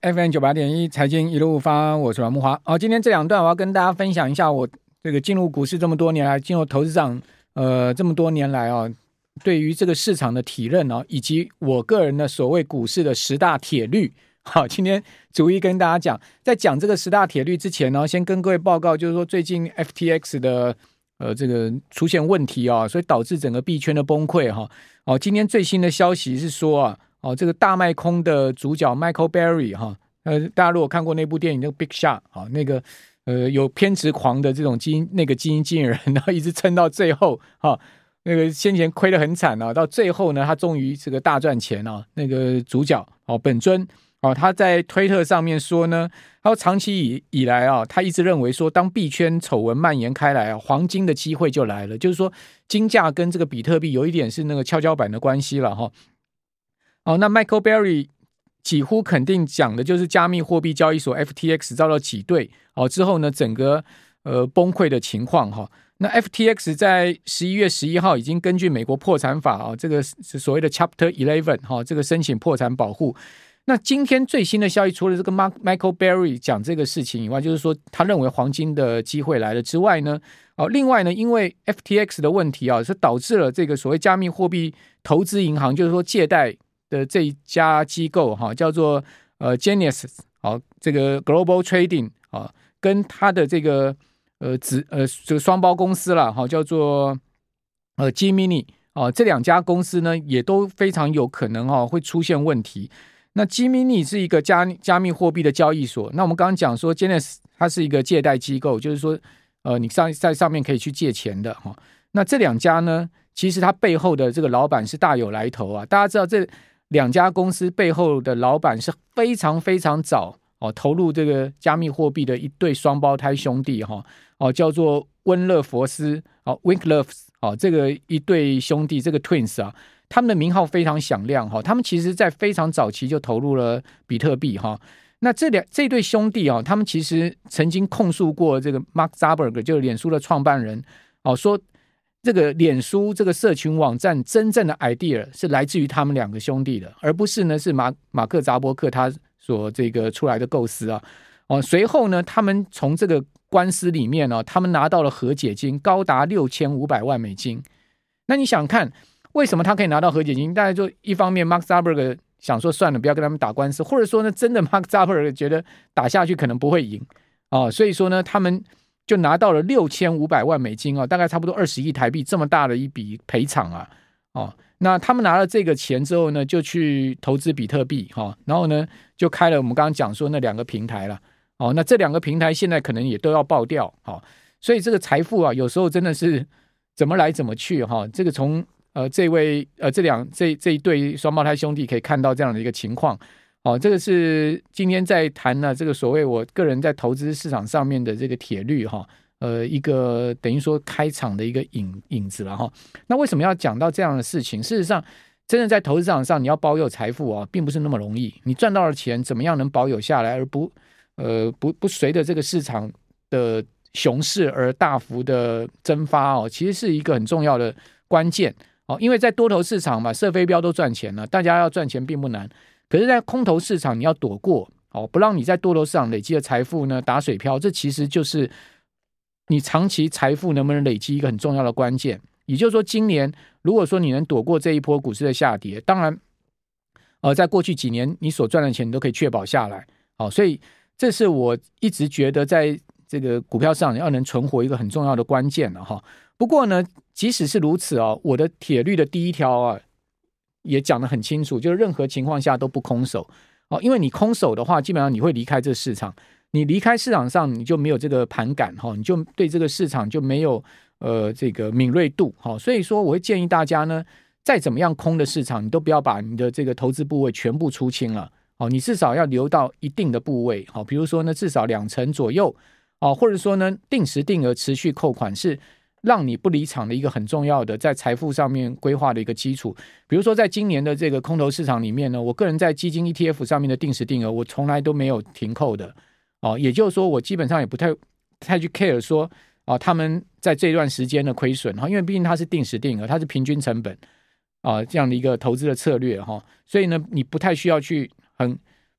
FM98.1财经一路发，我是阮慕骅。今天这两段我要跟大家分享一下我这个进入股市这么多年来，进入投资场这么多年来对于这个市场的体认以及我个人的所谓股市的10大铁律。好，今天逐一跟大家讲。在讲这个10大铁律之前呢，先跟各位报告，就是说最近 FTX 的这个出现问题所以导致整个币圈的崩溃今天最新的消息是说这个大卖空的主角 Michael Burry 大家如果看过那部电影那个 Big Shot 那个有偏执狂的这种基因经理人，然后一直撑到最后那个先前亏得很惨到最后呢他终于这个大赚钱那个主角本尊他在推特上面说呢，他说长期以来他一直认为说，当币圈丑闻蔓延开来黄金的机会就来了，就是说金价跟这个比特币有一点是那个跷跷板的关系了那 Michael Burry 几乎肯定讲的就是加密货币交易所 FTX 遭到挤兑之后呢，整个崩溃的情况那 FTX 在11月11号已经根据美国破产法这个是所谓的 Chapter 11这个申请破产保护。那今天最新的消息，除了这个 Michael Burry 讲这个事情以外，就是说他认为黄金的机会来了之外呢另外呢，因为 FTX 的问题是导致了这个所谓加密货币投资银行，就是说借贷的这一家机构叫做Genesis 这个 Global Trading 跟他的这个这个双胞公司啦叫做Gemini 这两家公司呢也都非常有可能会出现问题。那 Gemini 是一个加密货币的交易所，那我们刚刚讲说 Genesis 它是一个借贷机构，就是说你在上面可以去借钱的那这两家呢，其实它背后的这个老板是大有来头大家知道这两家公司背后的老板是非常非常早投入这个加密货币的一对双胞胎兄弟叫做温勒佛斯Winklevoss 这个一对兄弟，这个 twins 他们的名号非常响亮他们其实在非常早期就投入了比特币那这对兄弟他们其实曾经控诉过这个 Mark Zuckerberg 就是脸书的创办人说这个脸书这个社群网站真正的 idea 是来自于他们两个兄弟的，而不是呢是马克扎伯克他所这个出来的构思随后呢他们从这个官司里面他们拿到了和解金高达6500万美金。那你想看为什么他可以拿到和解金？大概就一方面 Mark Zuckerberg 想说算了不要跟他们打官司，或者说呢真的 Mark Zuckerberg 觉得打下去可能不会赢所以说呢他们就拿到了6500万美金大概差不多20亿台币这么大的一笔赔偿那他们拿了这个钱之后呢就去投资比特币然后呢就开了我们刚刚讲说那两个平台了那这两个平台现在可能也都要爆掉所以这个财富有时候真的是怎么来怎么去这个从这位这一对双胞胎兄弟可以看到这样的一个情况这个是今天在谈呢这个所谓我个人在投资市场上面的这个铁律一个等于说开场的一个影子了那为什么要讲到这样的事情？事实上真的在投资市场上你要保有财富并不是那么容易，你赚到了钱怎么样能保有下来，而不随着这个市场的熊市而大幅的蒸发其实是一个很重要的关键因为在多头市场嘛，射飞镖都赚钱了，大家要赚钱并不难，可是在空头市场你要躲过不让你在多头市场累积的财富呢打水漂，这其实就是你长期财富能不能累积一个很重要的关键。也就是说今年如果说你能躲过这一波股市的下跌，当然在过去几年你所赚的钱你都可以确保下来所以这是我一直觉得在这个股票上要能存活一个很重要的关键不过呢即使是如此我的铁律的第一条也讲得很清楚，就是任何情况下都不空手因为你空手的话基本上你会离开这市场，你离开市场上你就没有这个盘感你就对这个市场就没有这个敏锐度所以说我会建议大家呢再怎么样空的市场你都不要把你的这个投资部位全部出清了你至少要留到一定的部位比如说呢至少2成左右或者说呢定时定额持续扣款是让你不离场的一个很重要的在财富上面规划的一个基础。比如说在今年的这个空头市场里面呢，我个人在基金 ETF 上面的定时定额我从来都没有停扣的也就是说我基本上也不太去 care 说他们在这段时间的亏损因为毕竟它是定时定额，它是平均成本这样的一个投资的策略所以呢你不太需要去很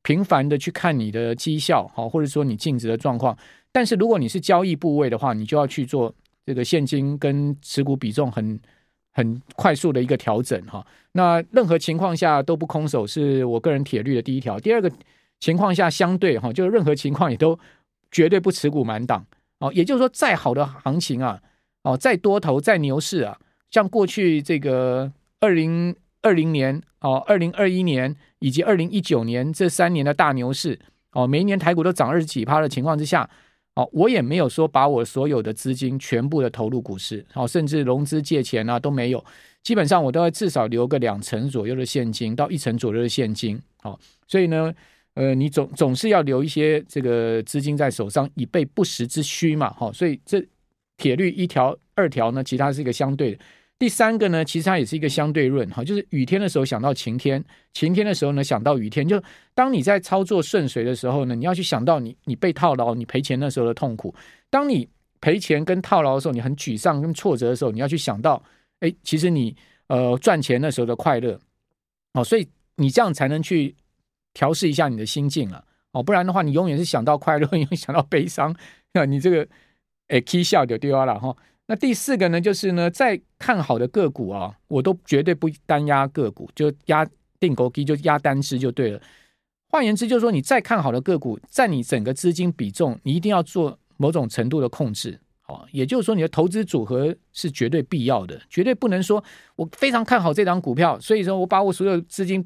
频繁的去看你的绩效，或者说你净值的状况。但是如果你是交易部位的话，你就要去做这个现金跟持股比重很快速的一个调整哈。那任何情况下都不空手，是我个人铁律的第一条。第二个情况下相对哈，就是任何情况也都绝对不持股满档哦。也就是说，再好的行情啊，哦，再多头再牛市啊，像过去这个2020年哦、2021年以及2019年这3年的大牛市哦，每一年台股都涨20几%的情况之下。哦，我也没有说把我所有的资金全部的投入股市，甚至融资借钱啊都没有，基本上我都要至少留个2成左右的现金到1成左右的现金。所以呢，你总是要留一些这个资金在手上，以备不时之需嘛。所以这铁律1条2条呢，其他是一个相对的。第3个呢，其实它也是一个相对论，就是雨天的时候想到晴天，晴天的时候呢想到雨天。就当你在操作顺遂的时候呢，你要去想到你被套牢、你赔钱的时候的痛苦；当你赔钱跟套牢的时候，你很沮丧跟挫折的时候，你要去想到，其实你赚钱的时候的快乐。所以你这样才能去调试一下你的心境了。不然的话，你永远是想到快乐，永远想到悲伤，你这个起笑就对了哈。那第4个呢，就是呢，在看好的个股啊，我都绝对不单压个股，就压定勾机，就压单只就对了。换言之，就是说你再看好的个股，在你整个资金比重，你一定要做某种程度的控制。也就是说，你的投资组合是绝对必要的，绝对不能说我非常看好这档股票，所以说我把我所有资金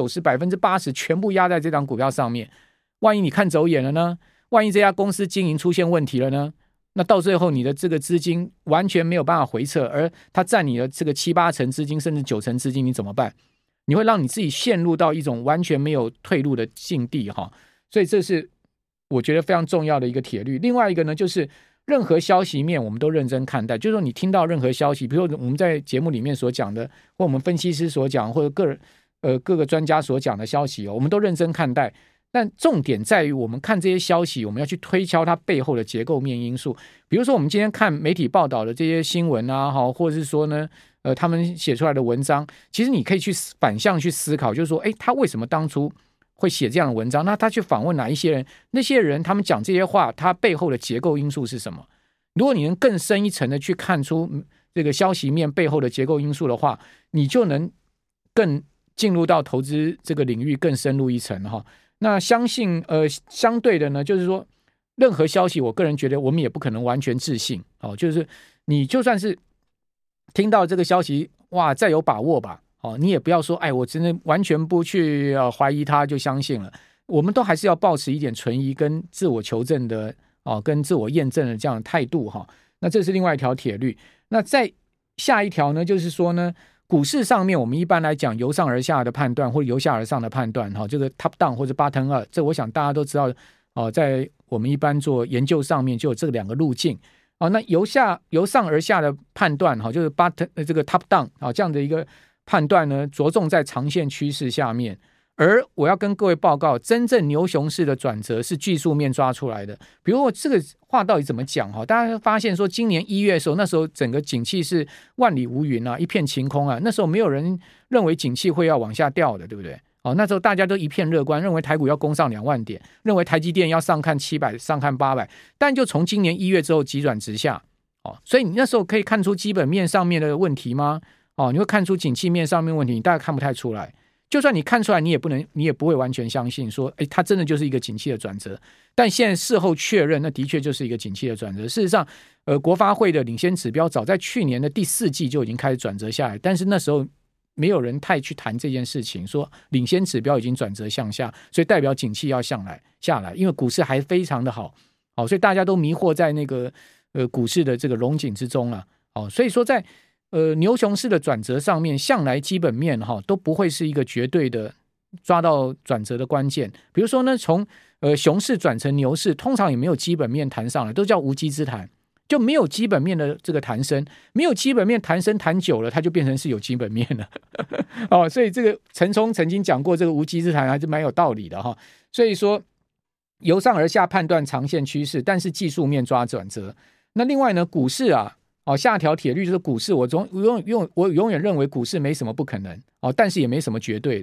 90%、80%全部压在这档股票上面。万一你看走眼了呢？万一这家公司经营出现问题了呢？那到最后你的这个资金完全没有办法回撤，而它占你的这个7、8成资金甚至9成资金，你怎么办？你会让你自己陷入到一种完全没有退路的境地哈。所以这是我觉得非常重要的一个铁律。另外一个呢，就是任何消息面我们都认真看待，就是说你听到任何消息，比如说我们在节目里面所讲的，或我们分析师所讲，或者各个专家所讲的消息我们都认真看待。但重点在于我们看这些消息，我们要去推敲它背后的结构面因素。比如说我们今天看媒体报道的这些新闻啊，或者是说呢，他们写出来的文章，其实你可以去反向去思考，就是说，他为什么当初会写这样的文章？那他去访问哪一些人？那些人他们讲这些话，他背后的结构因素是什么？如果你能更深一层的去看出这个消息面背后的结构因素的话，你就能更进入到投资这个领域更深入一层哈。那相对的呢，就是说任何消息，我个人觉得我们也不可能完全置信就是你就算是听到这个消息，哇，再有把握吧你也不要说我真的完全不去怀疑它就相信了。我们都还是要抱持一点存疑跟自我求证的跟自我验证的这样的态度哈。那这是另外一条铁律。那再下一条呢，就是说呢，股市上面我们一般来讲由上而下的判断或者由下而上的判断这个 top down 或者 bottom up， 这我想大家都知道在我们一般做研究上面就有这2个路径那由上而下的判断就是 这个 top down 这样的一个判断呢，着重在长线趋势下面。而我要跟各位报告，真正牛熊市的转折是技术面抓出来的。比如我这个话到底怎么讲大家发现说今年1月的时候，那时候整个景气是万里无云一片晴空那时候没有人认为景气会要往下掉的，对不对那时候大家都一片乐观，认为台股要攻上2万点，认为台积电要上看700上看800，但就从今年1月之后急转直下所以你那时候可以看出基本面上面的问题吗你会看出景气面上面问题，你大概看不太出来。就算你看出来，你也不会完全相信说它真的就是一个景气的转折。但现在事后确认，那的确就是一个景气的转折。事实上国发会的领先指标早在去年的第4季就已经开始转折下来，但是那时候没有人太去谈这件事情，说领先指标已经转折向下，所以代表景气要下来，因为股市还非常的好所以大家都迷惑在那个股市的这个荣景之中所以说在牛熊市的转折上面，向来基本面都不会是一个绝对的抓到转折的关键。比如说呢，从熊市转成牛市，通常也没有基本面弹上来，都叫无稽之谈，就没有基本面的这个弹升，没有基本面弹升弹久了，它就变成是有基本面了所以这个陈冲曾经讲过，这个无稽之谈还是蛮有道理的所以说由上而下判断长线趋势，但是技术面抓转折。那另外呢，股市下条铁律就是股市，我永远认为股市没什么不可能但是也没什么绝对的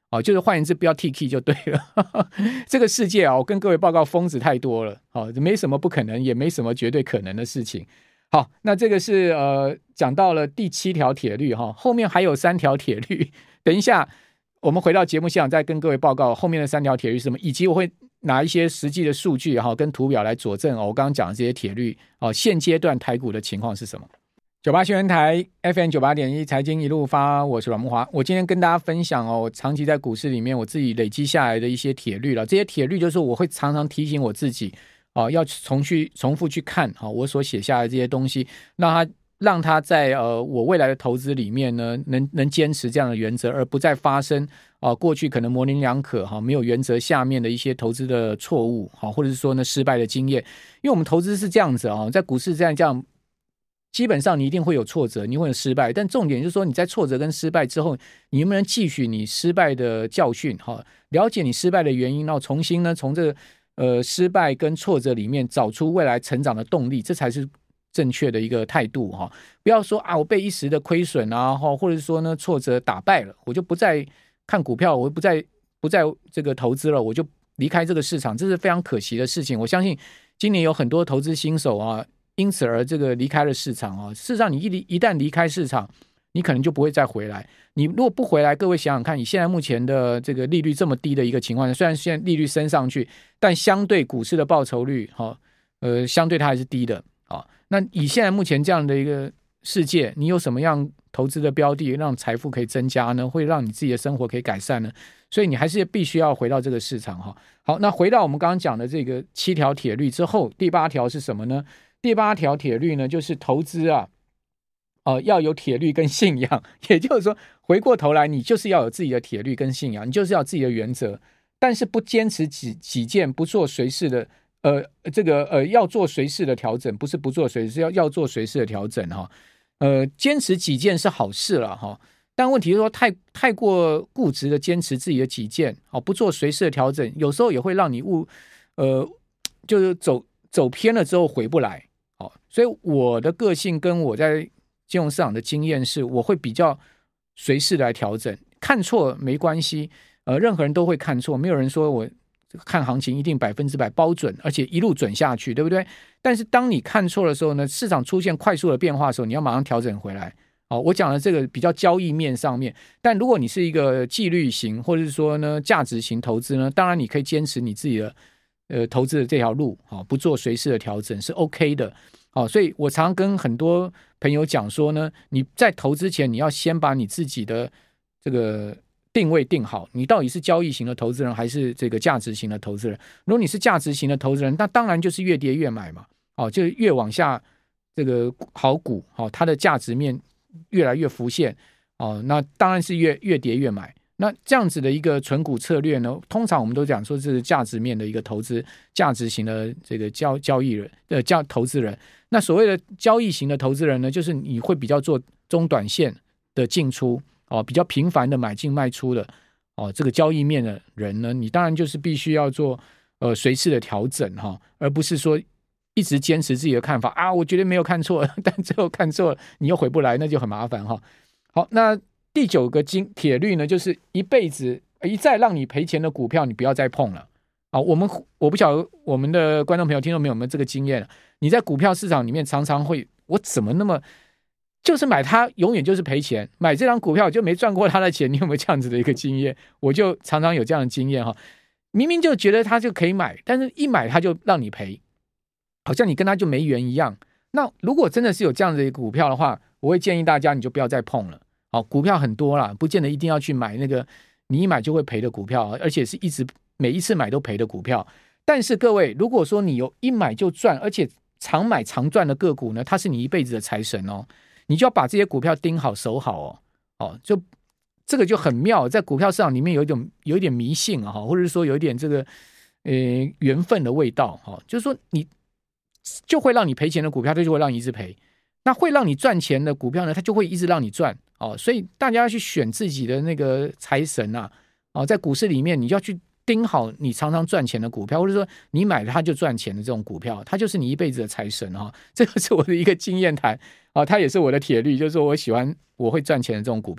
就是换言之不要 TK 就对了这个世界我跟各位报告疯子太多了没什么不可能，也没什么绝对可能的事情。好，那这个是讲到了第7条铁律后面还有3条铁律，等一下我们回到节目现场再跟各位报告后面的3条铁律是什么，以及我会拿一些实际的数据跟图表来佐证我刚刚讲的这些铁律现阶段台股的情况是什么。98新闻台 FM98.1 财经一路发，我是阮慕骅。我今天跟大家分享我长期在股市里面我自己累积下来的一些铁律了。这些铁律就是我会常常提醒我自己要重复去看我所写下来的这些东西，让它在我未来的投资里面呢能坚持这样的原则，而不再发生过去可能模棱两可没有原则下面的一些投资的错误或者是说呢失败的经验。因为我们投资是这样子在股市这样基本上你一定会有挫折，你会有失败，但重点就是说你在挫折跟失败之后，你能不能汲取你失败的教训了解你失败的原因，然后重新呢从这个失败跟挫折里面找出未来成长的动力，这才是正确的一个态度不要说我被一时的亏损或者是说呢挫折打败了，我就不再看股票，我不再这个投资了，我就离开这个市场，这是非常可惜的事情。我相信今年有很多投资新手因此而这个离开了市场事实上你一旦离开市场，你可能就不会再回来。你如果不回来，各位想想看，以现在目前的这个利率这么低的一个情况下，虽然现在利率升上去，但相对股市的报酬率相对它还是低的那以现在目前这样的一个世界，你有什么样投资的标的让财富可以增加呢？会让你自己的生活可以改善呢？所以你还是必须要回到这个市场好，那回到我们刚刚讲的这个7条铁律之后，第8条是什么呢？第8条铁律呢，就是投资要有铁律跟信仰，也就是说回过头来你就是要有自己的铁律跟信仰，你就是要有自己的原则，但是不坚持己见，不做随事的要做随事的调整，不是不做随事，要做随事的调整坚持己见是好事了但问题是说太过固执的坚持自己的己见不做随事的调整，有时候也会让你就是走偏了之后回不来所以我的个性跟我在金融市场的经验是，我会比较随事来调整，看错没关系任何人都会看错，没有人说我看行情一定100%包准，而且一路准下去，对不对？但是当你看错的时候呢，市场出现快速的变化的时候，你要马上调整回来我讲的这个比较交易面上面，但如果你是一个纪律型或者是说呢价值型投资呢，当然你可以坚持你自己的投资的这条路不做随事的调整是 OK 的所以我常常跟很多朋友讲说呢，你在投资前你要先把你自己的这个定位定好，你到底是交易型的投资人还是这个价值型的投资人。如果你是价值型的投资人，那当然就是越跌越买嘛就越往下这个好股它的价值面越来越浮现那当然是越跌越买。那这样子的一个存股策略呢，通常我们都讲说这是价值面的一个投资，价值型的这个交易人投资人。那所谓的交易型的投资人呢，就是你会比较做中短线的进出比较频繁的买进卖出的这个交易面的人呢，你当然就是必须要做随时的调整而不是说一直坚持自己的看法我绝对没有看错，但最后看错了你又回不来，那就很麻烦好，那第9个铁律呢，就是一辈子一再让你赔钱的股票你不要再碰了我不晓得我们的观众朋友听众朋友有没有这个经验你在股票市场里面常常会，我怎么那么就是买它永远就是赔钱，买这张股票就没赚过它的钱，你有没有这样子的一个经验？我就常常有这样的经验明明就觉得它就可以买，但是一买它就让你赔，好像你跟它就没缘一样。那如果真的是有这样的一个股票的话，我会建议大家你就不要再碰了股票很多啦，不见得一定要去买那个你一买就会赔的股票而且是每一次买都赔的股票。但是各位，如果说你有一买就赚而且常买常赚的个股呢，它是你一辈子的财神你就要把这些股票盯好守好就这个就很妙，在股票市场里面有一点迷信或者是说有一点这个缘分的味道就是说你就会让你赔钱的股票它就会让你一直赔，那会让你赚钱的股票呢它就会一直让你赚所以大家要去选自己的那个财神在股市里面你就要去盯好你常常赚钱的股票，或者说你买了它就赚钱的这种股票，它就是你一辈子的财神这个是我的一个经验谈它也是我的铁律，就是说我会赚钱的这种股票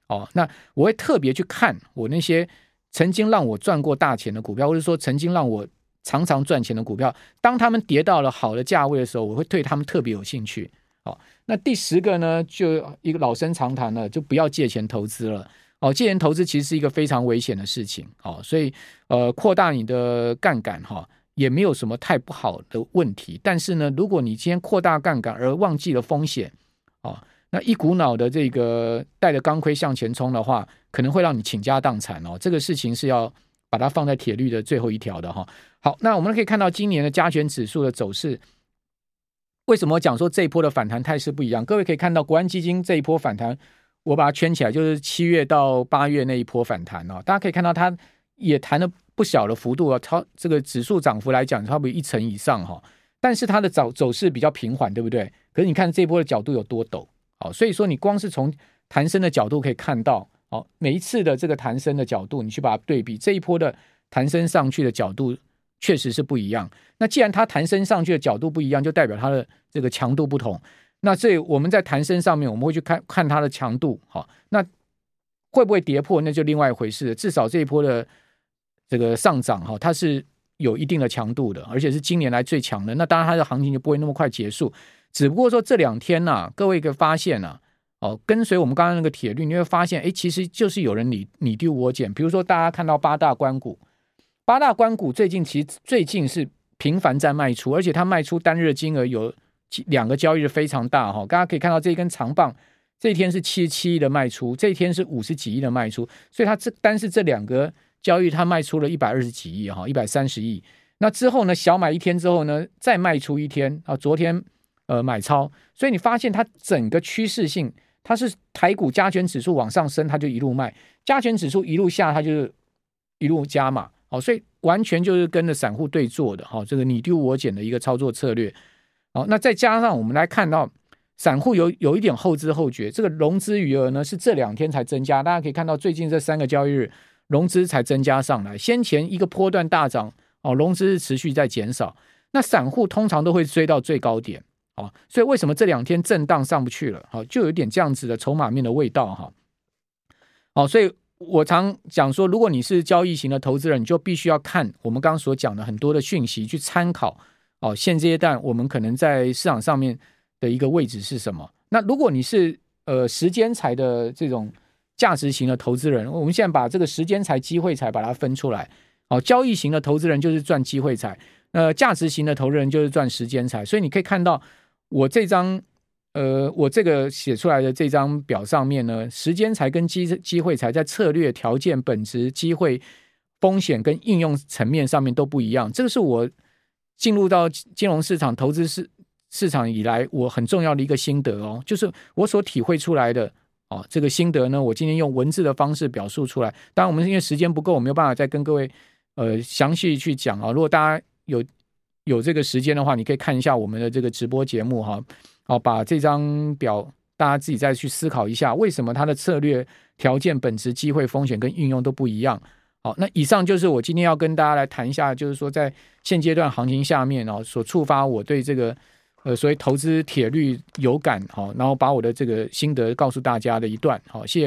那我会特别去看我那些曾经让我赚过大钱的股票，或者说曾经让我常常赚钱的股票，当他们跌到了好的价位的时候，我会对他们特别有兴趣。那第10个呢，就一个老生常谈了，就不要借钱投资了。借钱投资其实是一个非常危险的事情。所以扩大你的杠杆也没有什么太不好的问题。但是呢，如果你今天扩大杠杆而忘记了风险，那一股脑的这个带着钢盔向前冲的话，可能会让你倾家荡产。这个事情是要把它放在铁律的最后一条的。好，那我们可以看到今年的加权指数的走势。为什么我讲说这一波的反弹态势不一样？各位可以看到国安基金这一波反弹，我把它圈起来，就是7月到8月那一波反弹。大家可以看到它也弹了不小的幅度，这个指数涨幅来讲差不多1成以上。但是它的走势比较平缓，对不对？可是你看这一波的角度有多陡。所以说你光是从弹升的角度可以看到，每一次的这个弹升的角度你去把它对比，这一波的弹升上去的角度确实是不一样。那既然它弹升上去的角度不一样，就代表它的这个强度不同。那这我们在弹升上面我们会去看它的强度。那会不会跌破那就另外一回事。至少这一波的这个上涨它是有一定的强度的，而且是今年来最强的。那当然它的行情就不会那么快结束。只不过说这2天各位一个发现跟随我们刚刚那个铁律，你会发现其实就是有人你丢我捡。比如说大家看到八大官股最近是频繁在卖出，而且它卖出单日金额有2个交易日非常大。大家可以看到这一根长棒这一天是77亿的卖出，这一天是50几亿的卖出，所以它单是这2个交易它卖出了120几亿130亿。那之后呢，小买一天之后呢再卖出一天昨天买超。所以你发现它整个趋势性，它是台股加权指数往上升它就一路卖，加权指数一路下它就一路加码。所以完全就是跟着散户对做的这个你丢我捡的一个操作策略。那再加上我们来看到散户有一点后知后觉，这个融资余额呢是这2天才增加。大家可以看到最近这3个交易日融资才增加上来，先前一个波段大涨融资是持续在减少。那散户通常都会追到最高点。所以为什么这2天震荡上不去了？就有点这样子的筹码面的味道。所以我常讲说，如果你是交易型的投资人，你就必须要看我们刚刚所讲的很多的讯息去参考现阶段我们可能在市场上面的一个位置是什么。那如果你是时间财的这种价值型的投资人，我们现在把这个时间财机会财把它分出来。交易型的投资人就是赚机会财，价值型的投资人就是赚时间财。所以你可以看到我这个写出来的这张表上面呢，时间财跟机会财在策略、条件、本质、机会、风险跟应用层面上面都不一样。这个是我进入到金融市场、投资市场以来我很重要的一个心得就是我所体会出来的这个心得呢，我今天用文字的方式表述出来。当然我们因为时间不够，我没有办法再跟各位详细去讲如果大家有这个时间的话，你可以看一下我们的这个直播节目把这张表大家自己再去思考一下，为什么它的策略、条件、本质、机会、风险跟运用都不一样。那以上就是我今天要跟大家来谈一下，就是说在现阶段行情下面所触发我对这个所谓投资铁律有感然后把我的这个心得告诉大家的一段。谢谢。